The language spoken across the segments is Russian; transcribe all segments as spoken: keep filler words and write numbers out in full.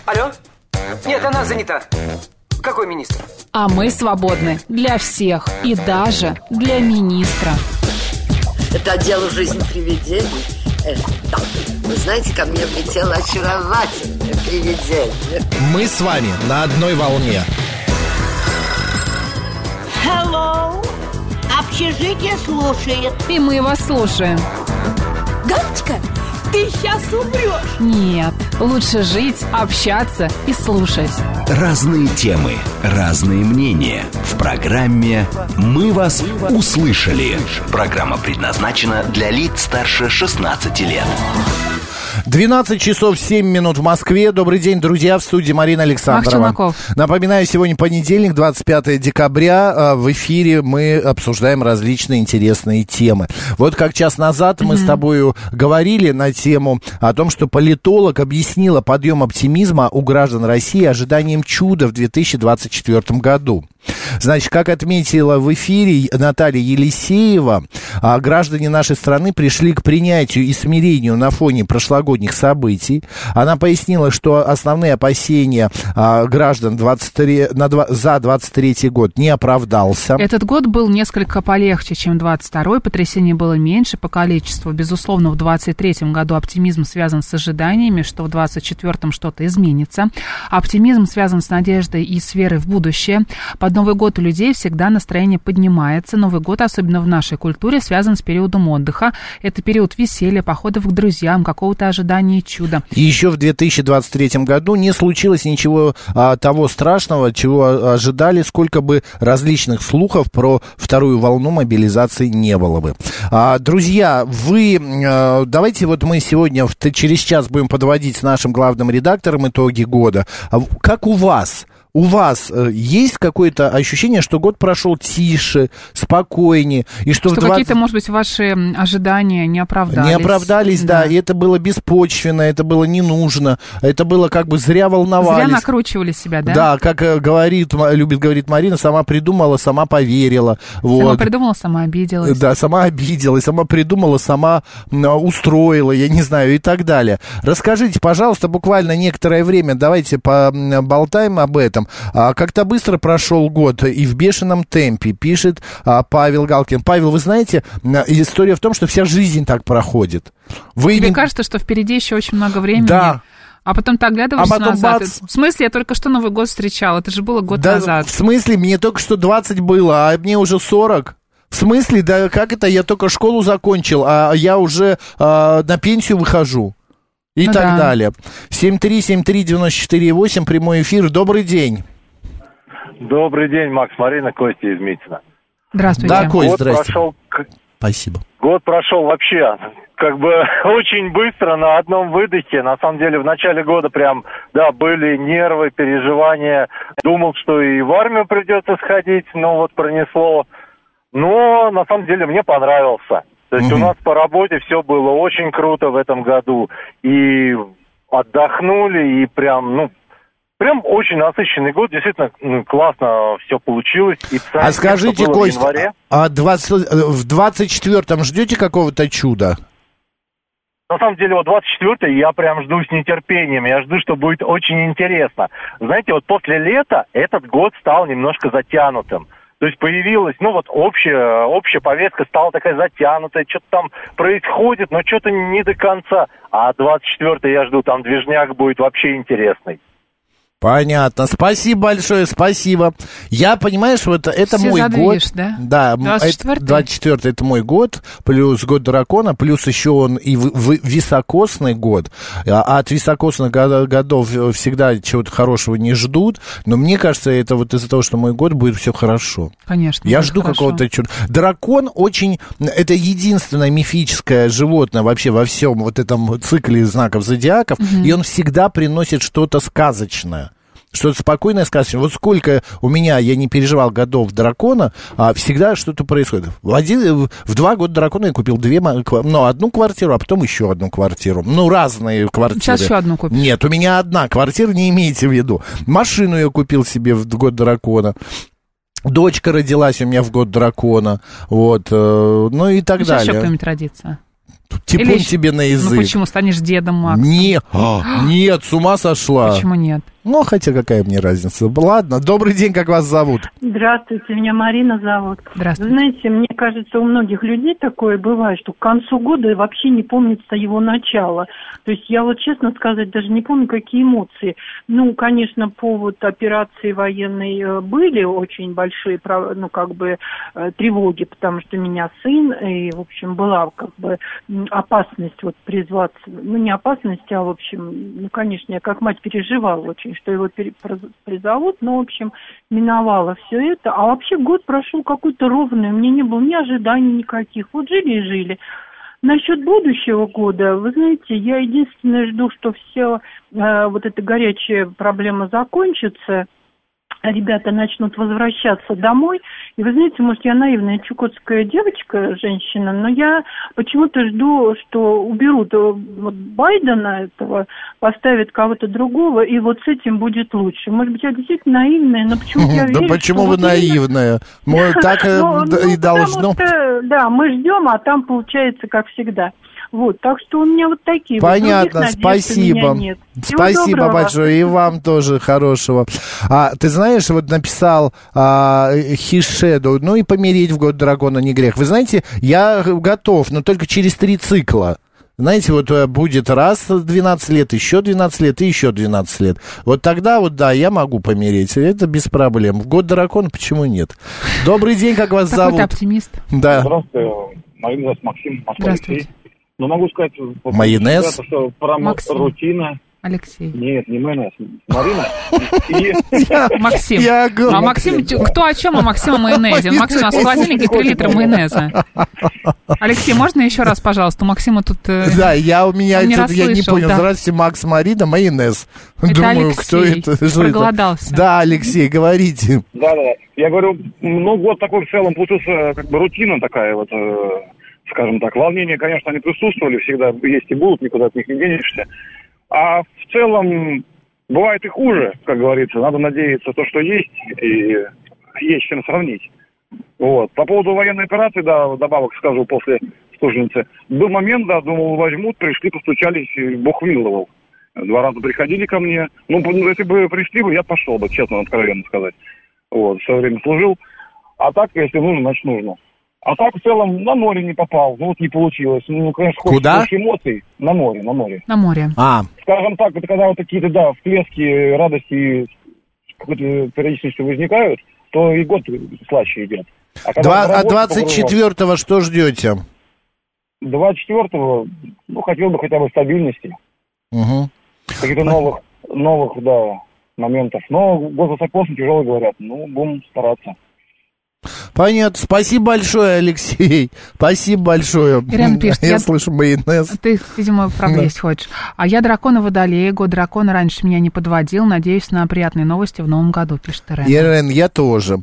Алло? Нет, она занята. Какой министр? А мы свободны для всех и даже для министра. Это отдел «Жизнь привидений». Э, да. Вы знаете, ко мне влетело очаровательное привидение. Мы с вами на одной волне. Hello. Общежитие слушает. И мы вас слушаем. Галочка, ты сейчас умрешь. Нет, лучше жить, общаться и слушать. Разные темы, разные мнения. В программе «Мы вас услышали». Программа предназначена для лиц старше шестнадцати лет. двенадцать часов семь минут в Москве. Добрый день, друзья, в студии Марина Александрова. Напоминаю, сегодня понедельник, двадцать пятое декабря. В эфире мы обсуждаем различные интересные темы. Вот как час назад mm-hmm. мы с тобою говорили на тему о том, что политолог объяснила подъем оптимизма у граждан России ожиданием чуда в две тысячи двадцать четвёртом году. Значит, как отметила в эфире Наталья Елисеева, граждане нашей страны пришли к принятию и смирению на фоне прошлогодних событий. Она пояснила, что основные опасения граждан двадцать три, на, за двадцать третий год не оправдался. Этот год был несколько полегче, чем двадцать второй. Потрясений было меньше по количеству. Безусловно, в двадцать третьем году оптимизм связан с ожиданиями, что в двадцать четвёртом что-то изменится. Оптимизм связан с надеждой и с верой в будущее. Под Новый год у людей всегда настроение поднимается. Новый год, особенно в нашей культуре, связан с периодом отдыха. Это период веселья, походов к друзьям, какого-то ожидания чуда. И еще в две тысячи двадцать третьем году не случилось ничего а, того страшного, чего ожидали, сколько бы различных слухов про вторую волну мобилизации не было бы. А, друзья, вы, а, давайте вот мы сегодня в, через час будем подводить с нашим главным редактором итоги года. А, как у вас? У вас э, есть какое-то ощущение, что год прошел тише, спокойнее, и что, что в двадцать... какие-то, может быть, ваши ожидания не оправдались? Не оправдались, да. да, и это было беспочвенно, это было не нужно, это было как бы зря волновались. Зря накручивали себя, да? Да, как говорит, любит говорить Марина, сама придумала, сама поверила. Вот. Сама придумала, сама обиделась. Да, сама обиделась, сама придумала, сама устроила, я не знаю, и так далее. Расскажите, пожалуйста, буквально некоторое время, давайте поболтаем об этом. А, как-то быстро прошел год и в бешеном темпе, пишет а, Павел Галкин. Павел, вы знаете, история в том, что вся жизнь так проходит. Вы Тебе не... кажется, что впереди еще очень много времени? Да. А потом ты оглядываешься а потом назад. бац... В смысле, я только что Новый год встречал, это же было год да, назад. В смысле, мне только что двадцать было, а мне уже сорок. В смысле, да как это, я только школу закончил, а я уже а, на пенсию выхожу. И ну так да. далее. семь три семь три девять четыре восемь, прямой эфир. Добрый день. Добрый день, Макс, Марина, Костя из Митина. Здравствуйте. Да, Кость, год здрасте. Прошел... Спасибо. Год прошел вообще как бы очень быстро, на одном выдохе. На самом деле в начале года прям, да, были нервы, переживания. Думал, что и в армию придется сходить, но вот пронесло. Но на самом деле мне понравился. То есть угу. у нас по работе все было очень круто в этом году. И отдохнули, и прям, ну, прям очень насыщенный год. Действительно, ну, классно все получилось. И а скажите, Костя, а двадцать, в двадцать четвёртом ждете какого-то чуда? На самом деле, вот двадцать четвёртый я прям жду с нетерпением. Я жду, что будет очень интересно. Знаете, вот после лета этот год стал немножко затянутым. То есть появилась, ну вот общая, общая повестка стала такая затянутая, что-то там происходит, но что-то не до конца. А двадцать четвёртый я жду, там движняк будет вообще интересный. Понятно. Спасибо большое, спасибо. Я, понимаешь, вот это все мой задвинешь, год. Да, да, двадцать четвёртый? двадцать четвёртый это мой год, плюс год дракона, плюс еще он и в, в, високосный год. А от високосных годов всегда чего-то хорошего не ждут. Но мне кажется, это вот из-за того, что мой год, будет все хорошо. Конечно. Я жду хорошо. Какого-то чуда. Дракон очень... Это единственное мифическое животное вообще во всем вот этом цикле знаков зодиаков. Угу. И он всегда приносит что-то сказочное. Что-то спокойное, сказочное. Вот сколько у меня, я не переживал годов дракона, а всегда что-то происходит. В, один, в два года дракона я купил две, ну, одну квартиру, а потом еще одну квартиру. Ну, разные квартиры. Сейчас еще одну купишь. Нет, у меня одна квартира, не имейте в виду. Машину я купил себе в год дракона. Дочка родилась у меня в год дракона. Вот, ну и так Сейчас далее. еще какая-нибудь родится. Типун Или... тебе на язык. Ну почему, станешь дедом, Макс? Нет, нет, с ума сошла. Почему нет? Ну, хотя какая мне разница. Ладно, добрый день, как вас зовут? Здравствуйте, меня Марина зовут. Здравствуйте. Вы знаете, мне кажется, у многих людей такое бывает, что к концу года вообще не помнится его начало. То есть я вот, честно сказать, даже не помню, какие эмоции. Ну, конечно, повод операции военной были очень большие, ну, как бы, тревоги, потому что у меня сын, и, в общем, была, как бы, опасность вот призваться. Ну, не опасность, а, в общем, ну, конечно, я как мать переживала очень, что его призовут, но, в общем, миновало все это. А вообще год прошел какой-то ровный, у меня не было ни ожиданий никаких. Вот жили и жили. Насчет будущего года, вы знаете, я единственное жду, что все э, вот эта горячая проблема закончится, ребята начнут возвращаться домой. И вы знаете, может, я наивная чукотская девочка, женщина, но я почему-то жду, что уберут вот Байдена этого, поставят кого-то другого, и вот с этим будет лучше. Может быть, я действительно наивная, но почему-то я верю, да почему вы наивная? Так и должно. Да, мы ждем, а там получается как всегда. Вот, так что у меня вот такие. Понятно, вот спасибо. Спасибо большое, и вам тоже хорошего. А, ты знаешь, вот написал а, Хишеду, ну и помереть в год дракона не грех. Вы знаете, я готов, но только через три цикла. Знаете, вот будет раз двенадцать лет, еще двенадцать лет и еще двенадцать лет. Вот тогда вот, да, я могу помереть. Это без проблем. В год дракона почему нет? Добрый день, как вас зовут? Какой-то оптимист. Да. Здравствуйте, меня зовут Максим. Здравствуйте. Но могу сказать, майонез, ребята, что про рутина. Алексей. Нет, не майонез, Марина. Максим. А Максим, кто о чем, а Максим о майонезе? Максим, у нас в холодильнике три литра майонеза. Алексей, можно еще раз, пожалуйста? У Максима тут... Да, я у меня, я не понял. Здравствуйте, Макс, Марина, майонез. Думаю, кто это? Проголодался. Да, Алексей, говорите. Да, да. Я говорю, ну, год такой в целом получился, как бы рутина такая вот, скажем так. Волнения, конечно, они присутствовали, всегда есть и будут, никуда от них не денешься. А в целом бывает и хуже, как говорится. Надо надеяться то, что есть, и есть чем сравнить. Вот. По поводу военной операции, да, добавок скажу после Стуженицы. Был момент, да, думал, возьмут, пришли, постучались, Бог миловал. Два раза приходили ко мне. Ну, если бы пришли бы, я пошел бы, честно, откровенно сказать. Вот, все время служил. А так, если нужно, значит нужно. А так, в целом, на море не попал. Ну, вот не получилось. Ну, конечно, куда? Хочешь эмоций. На море, на море. На море. А. Скажем так, это когда вот какие-то, да, всплески радости какой-то периодичностью возникают, то и год слаще идет. А, Два, а двадцать четвёртого что ждете? двадцать четвёртого, ну, хотел бы хотя бы стабильности. Угу. Каких-то новых, новых, да, моментов. Но год высокосный, тяжелый, говорят. Ну, будем стараться. Понятно. Спасибо большое, Алексей. Спасибо большое. Ирина пишет, я, я слышу майонез. Ты, видимо, правда есть хочешь. А я дракона водолея. Год дракона раньше меня не подводил. Надеюсь на приятные новости в новом году, пишет Ирена. Ирен, я тоже.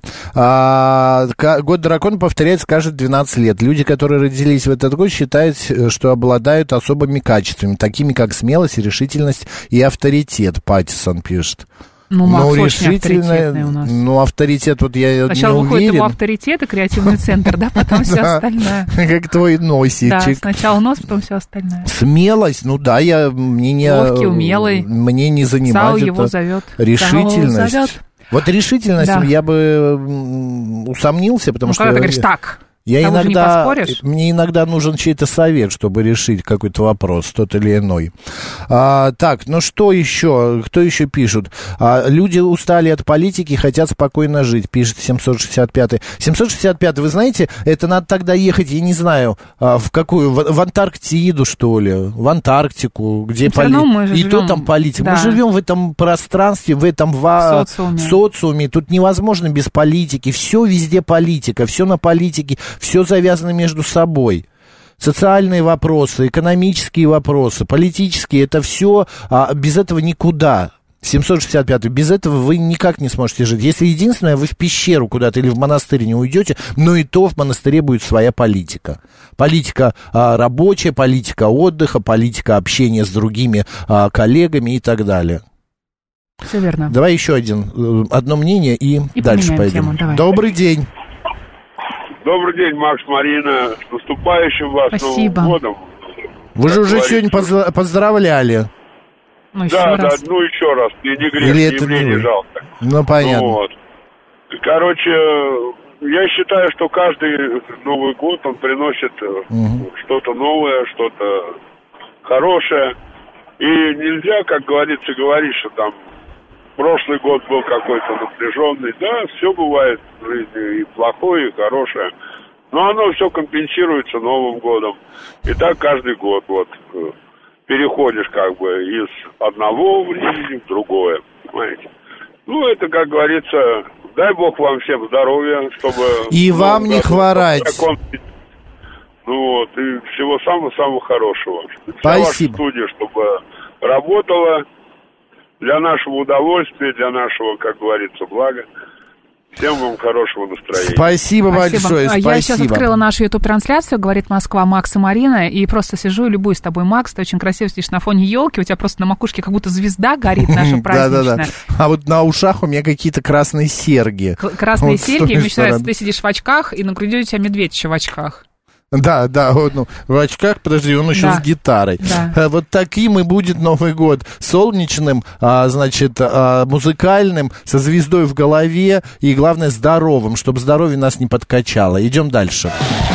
А, год дракона повторяется каждые двенадцать лет. Люди, которые родились в этот год, считают, что обладают особыми качествами, такими как смелость, решительность и авторитет. Паттисон пишет. Ну, Макс ну, очень авторитетный у нас. Ну, авторитет, вот я Сначала не выходит уверен. его авторитет и креативный центр, да, потом все остальное. Как твой носичек. Да, сначала нос, потом все остальное. Смелость, ну да, я мне не... Ловкий, умелый. Мне не занимать Сау это. его зовет. Решительность. Вот решительность я бы усомнился, потому что... Ну, когда ты говоришь так... Я иногда, мне иногда нужен чей-то совет, чтобы решить какой-то вопрос, тот или иной. А, так, ну что еще? Кто еще пишут? А, люди устали от политики, хотят спокойно жить, пишет семьсот шестьдесят пятый. семьсот шестьдесят пятый, вы знаете, это надо тогда ехать, я не знаю, а, в какую, в, в Антарктиду, что ли, в Антарктику, где политика. И то там политика. Да. Мы живем в этом пространстве, в этом во... социуме. социуме. Тут невозможно без политики. Все везде политика, все на политике. Все завязано между собой. Социальные вопросы, экономические вопросы, политические, это все, а без этого никуда. семьсот шестьдесят пятый, без этого вы никак не сможете жить. Если единственное, вы в пещеру куда-то или в монастырь не уйдете, но и то в монастыре будет своя политика. Политика а, рабочая, политика отдыха, политика общения с другими а, коллегами и так далее. Все верно. Давай еще один, одно мнение и, и дальше пойдем. Тему, Добрый день. Добрый день, Макс, Марина. С наступающим вас Спасибо. Новым годом. Вы же уже сегодня поз- поздравляли. Ну, да, да, ну еще раз, и не грех, и мне не жалко. Ну, понятно. Ну, вот. Короче, я считаю, что каждый Новый год, он приносит угу. что-то новое, что-то хорошее. И нельзя, как говорится, говорить, что там прошлый год был какой-то напряженный. Да, все бывает в жизни, и плохое, и хорошее. Но оно все компенсируется Новым годом. И так каждый год вот переходишь как бы из одного времени в другое, понимаете. Ну, это, как говорится, дай Бог вам всем здоровья, чтобы... И вам не хворать. Ну вот, и всего самого-самого хорошего. Спасибо. Вся ваша студия, чтобы работала для нашего удовольствия, для нашего, как говорится, блага. Всем вам хорошего настроения. Спасибо, Спасибо. большое, спасибо. Я сейчас открыла нашу YouTube-трансляцию, говорит Москва, Макс и Марина, и просто сижу и любуюсь с тобой, Макс, ты очень красиво сидишь на фоне елки, у тебя просто на макушке как будто звезда горит наша праздничная. Да-да-да, а вот на ушах у меня какие-то красные серьги. Красные серьги, мне считается, ты сидишь в очках, и на груди у тебя медведь еще в очках. Да, да, вот, ну, в очках, подожди, он еще да. с гитарой. Да. Вот таким и будет Новый год. Солнечным, а, значит, а, музыкальным, со звездой в голове и, главное, здоровым, чтобы здоровье нас не подкачало. Идем дальше.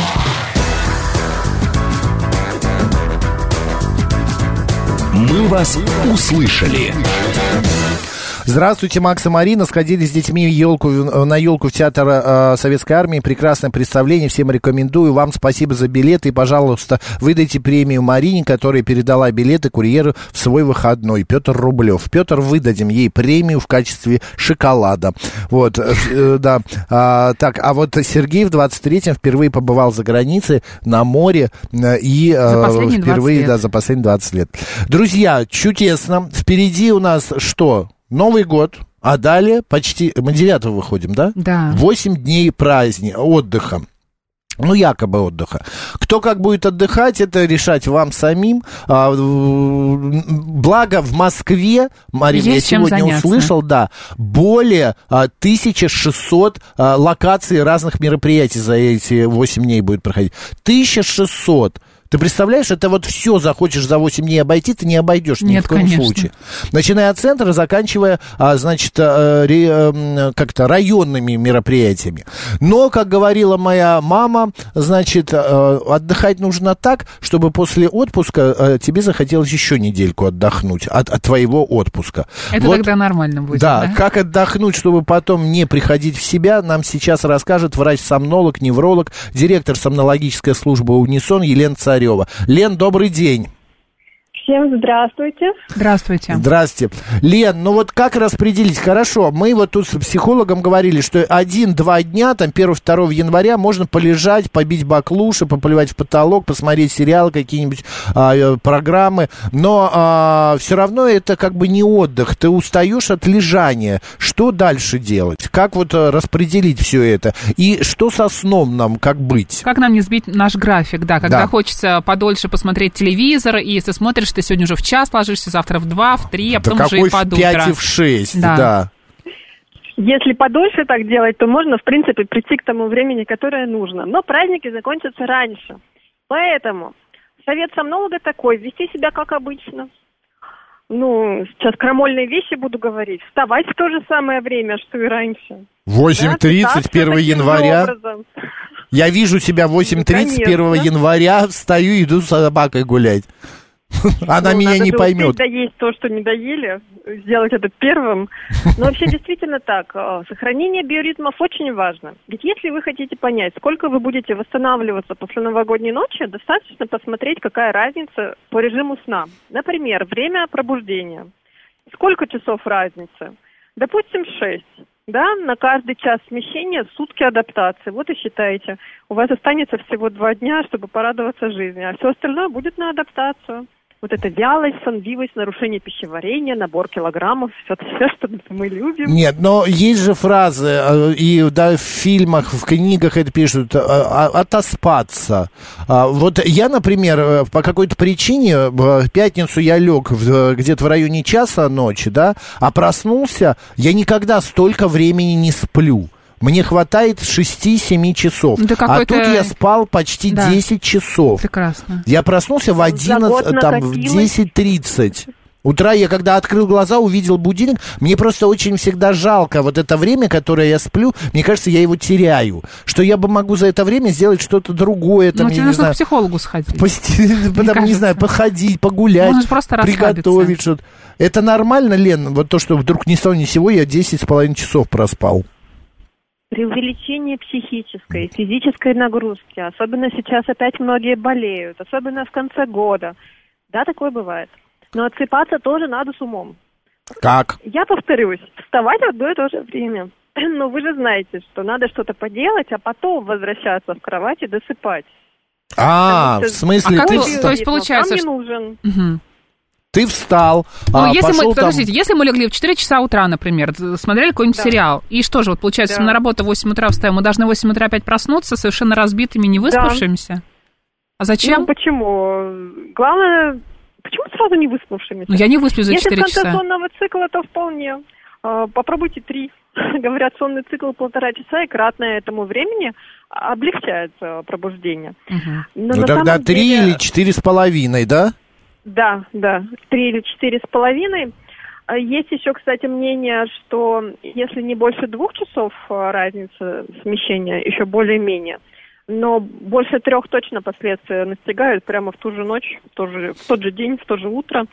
Мы вас услышали. Здравствуйте, Макс и Марина. Сходили с детьми елку, на елку в театр э, Советской Армии. Прекрасное представление. Всем рекомендую. Вам спасибо за билеты. И, пожалуйста, выдайте премию Марине, которая передала билеты курьеру в свой выходной. Петр Рублев. Петр, выдадим ей премию в качестве шоколада. Вот, э, да. А, так, а вот Сергей в двадцать третьем впервые побывал за границей, на море. И э, впервые, да, за последние двадцать лет. Друзья, чудесно. Впереди у нас что? Новый год, а далее почти... Мы девятого выходим, да? Да. Восемь дней праздника, отдыха. Ну, якобы отдыха. Кто как будет отдыхать, это решать вам самим. А, благо в Москве, Марина, я сегодня заняться. услышал, да, более а, тысяча шестьсот а, локаций разных мероприятий за эти восемь дней будет проходить. тысяча шестьсот. Ты представляешь, это вот все захочешь за восемь дней обойти, ты не обойдешь ни Нет, в коем конечно. случае. Начиная от центра, заканчивая, а, значит, а, ре, а, как-то районными мероприятиями. Но, как говорила моя мама, значит, а, отдыхать нужно так, чтобы после отпуска а, тебе захотелось еще недельку отдохнуть от, от твоего отпуска. Это вот, тогда нормально будет, да? Да, как отдохнуть, чтобы потом не приходить в себя, нам сейчас расскажет врач-сомнолог, невролог, директор сомнологической службы «Унисон» Елена Царева. Лен, добрый день. Всем здравствуйте. Здравствуйте. Здравствуйте. Лен, ну вот как распределить? Хорошо, мы вот тут с психологом говорили, что один-два дня, там, первого-второго января можно полежать, побить баклуши, поплевать в потолок, посмотреть сериалы, какие-нибудь а, программы, но а, все равно это как бы не отдых, ты устаешь от лежания. Что дальше делать? Как вот распределить все это? И что со сном нам, как быть? Как нам не сбить наш график, да, когда да. хочется подольше посмотреть телевизор, и если смотришь, ты сегодня уже в час ложишься, завтра в два, в три, а потом да уже и под утро. в пять и в шесть, да. да. Если подольше так делать, то можно, в принципе, прийти к тому времени, которое нужно. Но праздники закончатся раньше. Поэтому совет сомнолога такой: вести себя как обычно. Ну, сейчас крамольные вещи буду говорить. Вставать в то же самое время, что и раньше. восемь тридцать, первого января. Образом. Я вижу себя в восемь тридцать, первого января, встаю и иду с собакой гулять. Она ну, меня не поймет. Надо доесть то, что не доели, сделать это первым. Но вообще действительно так. Сохранение биоритмов очень важно. Ведь если вы хотите понять, сколько вы будете восстанавливаться после новогодней ночи, достаточно посмотреть, какая разница по режиму сна. Например, время пробуждения. Сколько часов разницы? Допустим, шесть. Да, на каждый час смещения сутки адаптации. Вот и считайте. У вас останется всего два дня, чтобы порадоваться жизни, а все остальное будет на адаптацию. Вот эта вялость, сонливость, нарушение пищеварения, набор килограммов, все, все, что мы любим. Нет, но есть же фразы, и да, в фильмах, в книгах это пишут, отоспаться. Вот я, например, по какой-то причине, в пятницу я лег где-то в районе часа ночи, да, а проснулся, я никогда столько времени не сплю. Мне хватает шесть-семь часов. Да а тут я спал почти да. десять часов. Прекрасно. Я проснулся в одиннадцать, там, в десять тридцать. Утра я, когда открыл глаза, увидел будильник, мне просто очень всегда жалко вот это время, которое я сплю, мне кажется, я его теряю. Что я бы могу за это время сделать что-то другое. Там, ну, тебе нужно знаю, к психологу сходить. Пости... Потом, не знаю, походить, погулять, приготовить что-то. Это нормально, Лен, вот то, что вдруг ни с того ни с сего я десять с половиной часов проспал? При увеличении психической, физической нагрузки, особенно сейчас опять многие болеют, особенно в конце года. Да, такое бывает. Но отсыпаться тоже надо с умом. Как? Я повторюсь, вставать в одно и то же время. Но вы же знаете, что надо что-то поделать, а потом возвращаться в кровать и досыпать. А, в смысле, а ты... Как, то есть получается, не что... нужен. Угу. Ты встал, ну, а, если пошел мы, там... Подождите, если мы легли в четыре часа утра, например, смотрели какой-нибудь да. сериал, и что же, вот получается, да. мы на работу в восемь утра встаем, мы должны в восемь утра опять проснуться, совершенно разбитыми, не выспавшимися? Да. А зачем? Ну, почему? Главное, почему сразу не выспавшимися? Ну, я не высплю за четыре часа. Если в конце сонного цикла, то вполне. Попробуйте три. Говорят, сонный цикл полтора часа, и кратное этому времени облегчает пробуждение. Угу. Ну, тогда три деле... или четыре с половиной, да? Да, да, три или четыре с половиной. Есть еще, кстати, мнение, что если не больше двух часов разница смещения, еще более-менее, но больше трех точно последствия настигают прямо в ту же ночь, в, тот же, в тот же день, в то же утро.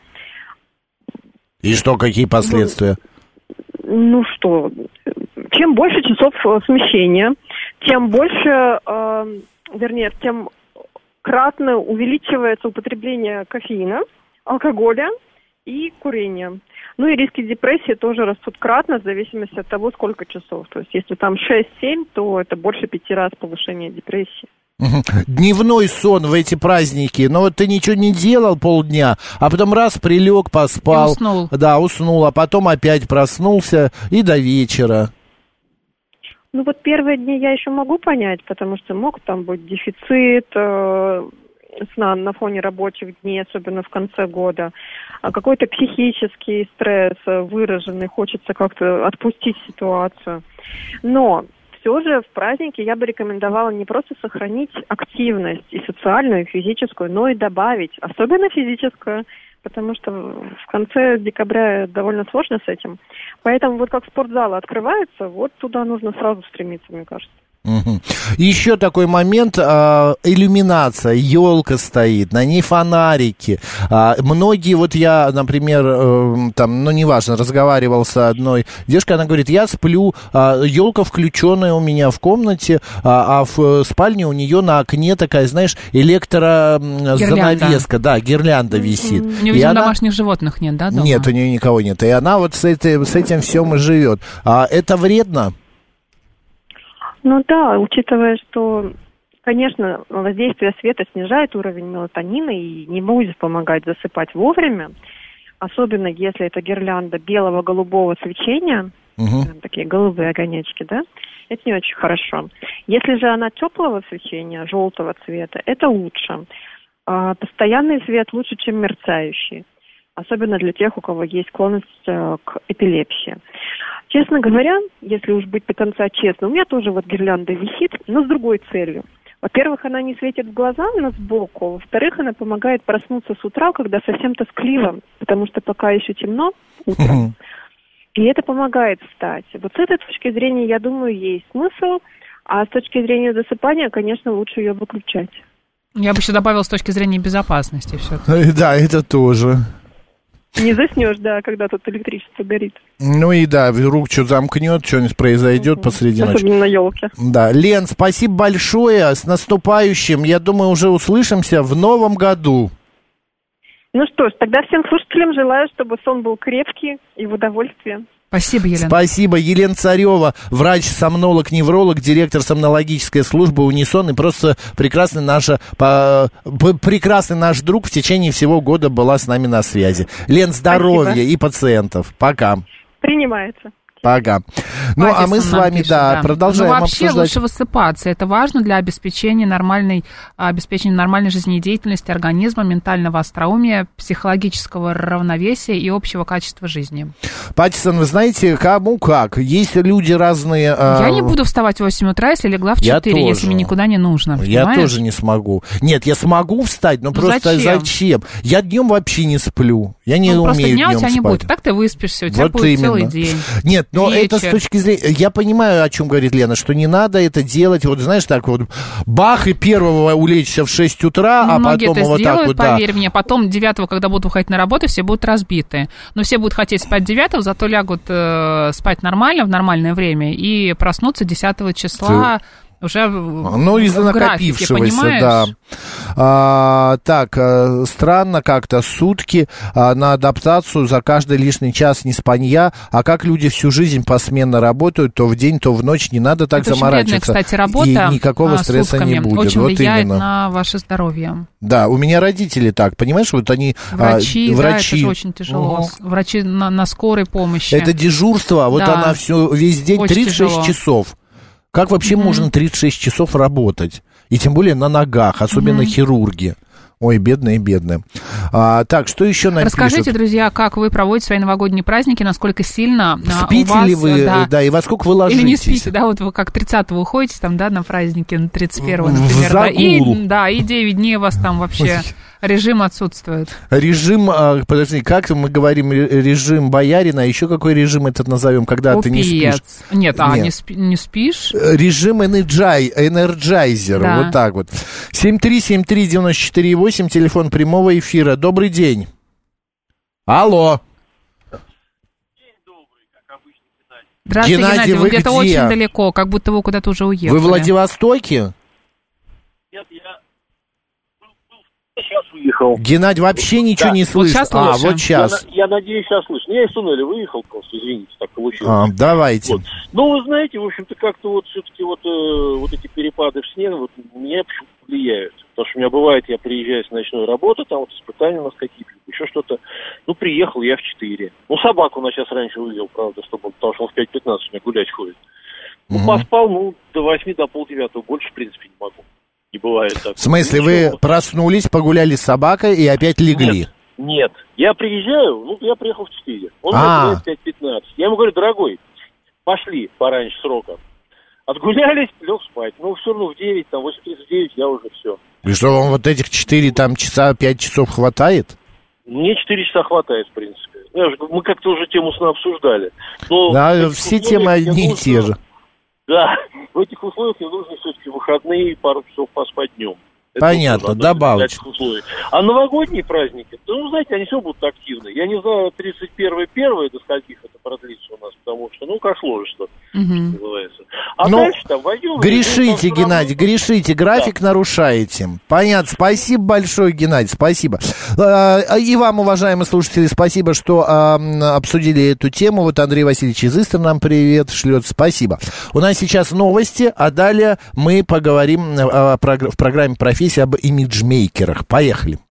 И что, какие последствия? Ну, ну что, чем больше часов смещения, тем больше, э, вернее, тем... кратно увеличивается употребление кофеина, алкоголя и курения. Ну и риски депрессии тоже растут кратно в зависимости от того, сколько часов. То есть если там шесть-семь, то это больше пяти раз повышение депрессии. Дневной сон в эти праздники, но вот ты ничего не делал полдня, а потом раз прилег, поспал. И уснул. Да, уснул, а потом опять проснулся и до вечера. Ну вот первые дни я еще могу понять, потому что мог там быть дефицит э, сна на фоне рабочих дней, особенно в конце года, а какой-то психический стресс выраженный, хочется как-то отпустить ситуацию. Но все же в празднике я бы рекомендовала не просто сохранить активность и социальную, и физическую, но и добавить, особенно физическую, потому что в конце декабря довольно сложно с этим. Поэтому вот как спортзалы открываются, вот туда нужно сразу стремиться, мне кажется. Угу. Еще такой момент, а, иллюминация, елка стоит, на ней фонарики. А, многие, вот я, например, э, там, ну неважно, разговаривал с одной девушкой, она говорит, я сплю, а, елка включенная у меня в комнате, а, а в спальне у нее на окне такая, знаешь, электрозанавеска, да, гирлянда висит. У нее, видимо, она... домашних животных нет, да, дома? Нет, у нее никого нет, и она вот с этим, с этим всем и живет. А это вредно? Ну да, учитывая, что, конечно, воздействие света снижает уровень мелатонина и не будет помогать засыпать вовремя, особенно если это гирлянда белого-голубого свечения, угу. такие голубые огонечки, да, это не очень хорошо. Если же она теплого свечения, желтого цвета, это лучше. А постоянный свет лучше, чем мерцающий, особенно для тех, у кого есть склонность к эпилепсии. Честно говоря, если уж быть до конца честным, у меня тоже вот гирлянда висит, но с другой целью. Во-первых, она не светит в глаза, но сбоку. Во-вторых, она помогает проснуться с утра, когда совсем тоскливо, потому что пока еще темно утром. И это помогает встать. Вот с этой точки зрения, я думаю, есть смысл. А с точки зрения засыпания, конечно, лучше ее выключать. Я бы еще добавила с точки зрения безопасности все-таки. Да, это тоже. Не заснешь, да, когда тут электричество горит. Ну и да, вдруг что-то замкнет, что-нибудь произойдет угу. посреди ночи. Особенно на елке. Да, Лен, спасибо большое, с наступающим. Я думаю, уже услышимся в новом году. Ну что ж, тогда всем слушателям желаю, чтобы сон был крепкий и в удовольствие. Спасибо, Елена. Спасибо. Елена Царева, врач-сомнолог, невролог, директор сомнологической службы «Унисон». И просто прекрасный, наша, по, прекрасный наш друг в течение всего года была с нами на связи. Лен, здоровья Спасибо. И пациентов. Пока. Принимается. Пока. Ну, Патисон а мы с вами, пишет, да, да, продолжаем ну, вообще обсуждать. Лучше высыпаться. Это важно для обеспечения нормальной, обеспечения нормальной жизнедеятельности организма, ментального остроумия, психологического равновесия и общего качества жизни. Патисон, вы знаете, кому как. Есть люди разные... Я э... не буду вставать в восемь утра, если легла в четыре, если мне никуда не нужно. Понимаешь? Я тоже не смогу. Нет, я смогу встать, но ну, просто зачем? зачем? Я днем вообще не сплю. Я не ну, умею просто дня днем у тебя спать. не будет. Так ты выспишься, у тебя вот будет именно. целый день. Нет, но вечер. Это с точки зрения... Я понимаю, о чем говорит Лена, что не надо это делать. Вот знаешь, так вот, бах, и первого улечься в шесть утра, ну, а потом это вот сделают, так вот, поверь да. мне. Потом девятого, когда будут выходить на работу, все будут разбиты. Но все будут хотеть спать девятого, зато лягут э, спать нормально, в нормальное время, и проснуться десятого числа... Ты... Уже ну, из-за накопившегося, графике, да. А, так, а, странно как-то сутки а, на адаптацию за каждый лишний час не спанья, а как люди всю жизнь посменно работают, то в день, то в ночь, не надо так это заморачиваться. Это очень бедная, кстати, работа. И никакого стресса сутками. не будет. Очень вот влияет именно. на ваше здоровье. Да, у меня родители так, понимаешь, вот они... Врачи, а, да, врачи. это же очень тяжело. Угу. Врачи на, на скорой помощи. Это дежурство, вот да. она все, весь день очень тридцать шесть тяжело. часов. Как вообще mm-hmm. можно тридцать шесть часов работать? И тем более на ногах, особенно mm-hmm. хирурги. Ой, бедные, бедные. А, так, что еще нам Расскажите, пишут? Друзья, как вы проводите свои новогодние праздники, насколько сильно спите у вас... ли вы, да, да, и во сколько вы ложитесь? Или не спите, да, вот вы как тридцатого уходите, там, да, на праздники, на тридцать первого, например. В загул. Да, и, да, и девять дней у вас там вообще... Режим отсутствует. Режим, подожди, как мы говорим, режим боярина, еще какой режим этот назовем, когда Купец. Ты не спишь? Нет, а Нет. Не, спи, не спишь? Режим энерджай, энерджайзер, да. Вот так вот. семь три семь три девять четыре восемь, телефон прямого эфира. Добрый день. Алло. День добрый, как обычно, Геннадий. Здравствуйте, Геннадий, Геннадий, вы, вы где-то где? очень далеко, как будто вы куда-то уже уехали. Вы в Владивостоке? Нет, я... Сейчас уехал. Геннадий, вообще ничего да. не слышит. Вот а, вот сейчас. Я, я надеюсь, сейчас слышно. Я из туннеля выехал просто, извините, так получилось. А, давайте. Вот. Ну, вы знаете, в общем-то, как-то вот все-таки вот, э, вот эти перепады в снег вот, меня почему-то влияют. Потому что у меня бывает, я приезжаю с ночной работы, там вот испытания у нас какие-то, еще что-то. Ну, приехал я в четыре. Ну, собаку на час раньше вывел, правда, чтобы, потому что он в пять пятнадцать у меня гулять ходит. Ну, угу. Поспал, ну, до восьми, до полдевятого. Больше, в принципе, не могу. Не бывает так. В смысле, вы проснулись, погуляли с собакой и опять легли? Нет, нет. Я приезжаю, ну, я приехал в четыре. Он А. мне в пять пятнадцать. Я ему говорю, дорогой, пошли пораньше срока. Отгулялись, лег спать. Ну, все равно в девять, там, восемь тридцать девять я уже все. И что, вам вот этих четыре там часа, пять часов хватает? Мне четыре часа хватает, в принципе. Я же, мы как-то уже тему сна обсуждали. Но да, все темы одни и те же. Да, в этих условиях мне нужно все-таки выходные пару часов поспать днем. Это понятно, добавочь. А новогодние праздники, да, ну, знаете, они все будут активны. Я не знаю, тридцать первое первое до скольких это продлится у нас, потому что, ну, как сложно, угу. называется. А но дальше там войдем... Грешите, Геннадий, грешите, график да. нарушаете. Понятно, спасибо большое, Геннадий, спасибо. И вам, уважаемые слушатели, спасибо, что обсудили эту тему. Вот Андрей Васильевич из Истры нам привет шлет, спасибо. У нас сейчас новости, а далее мы поговорим в программе «Профессия» об имиджмейкерах. Поехали.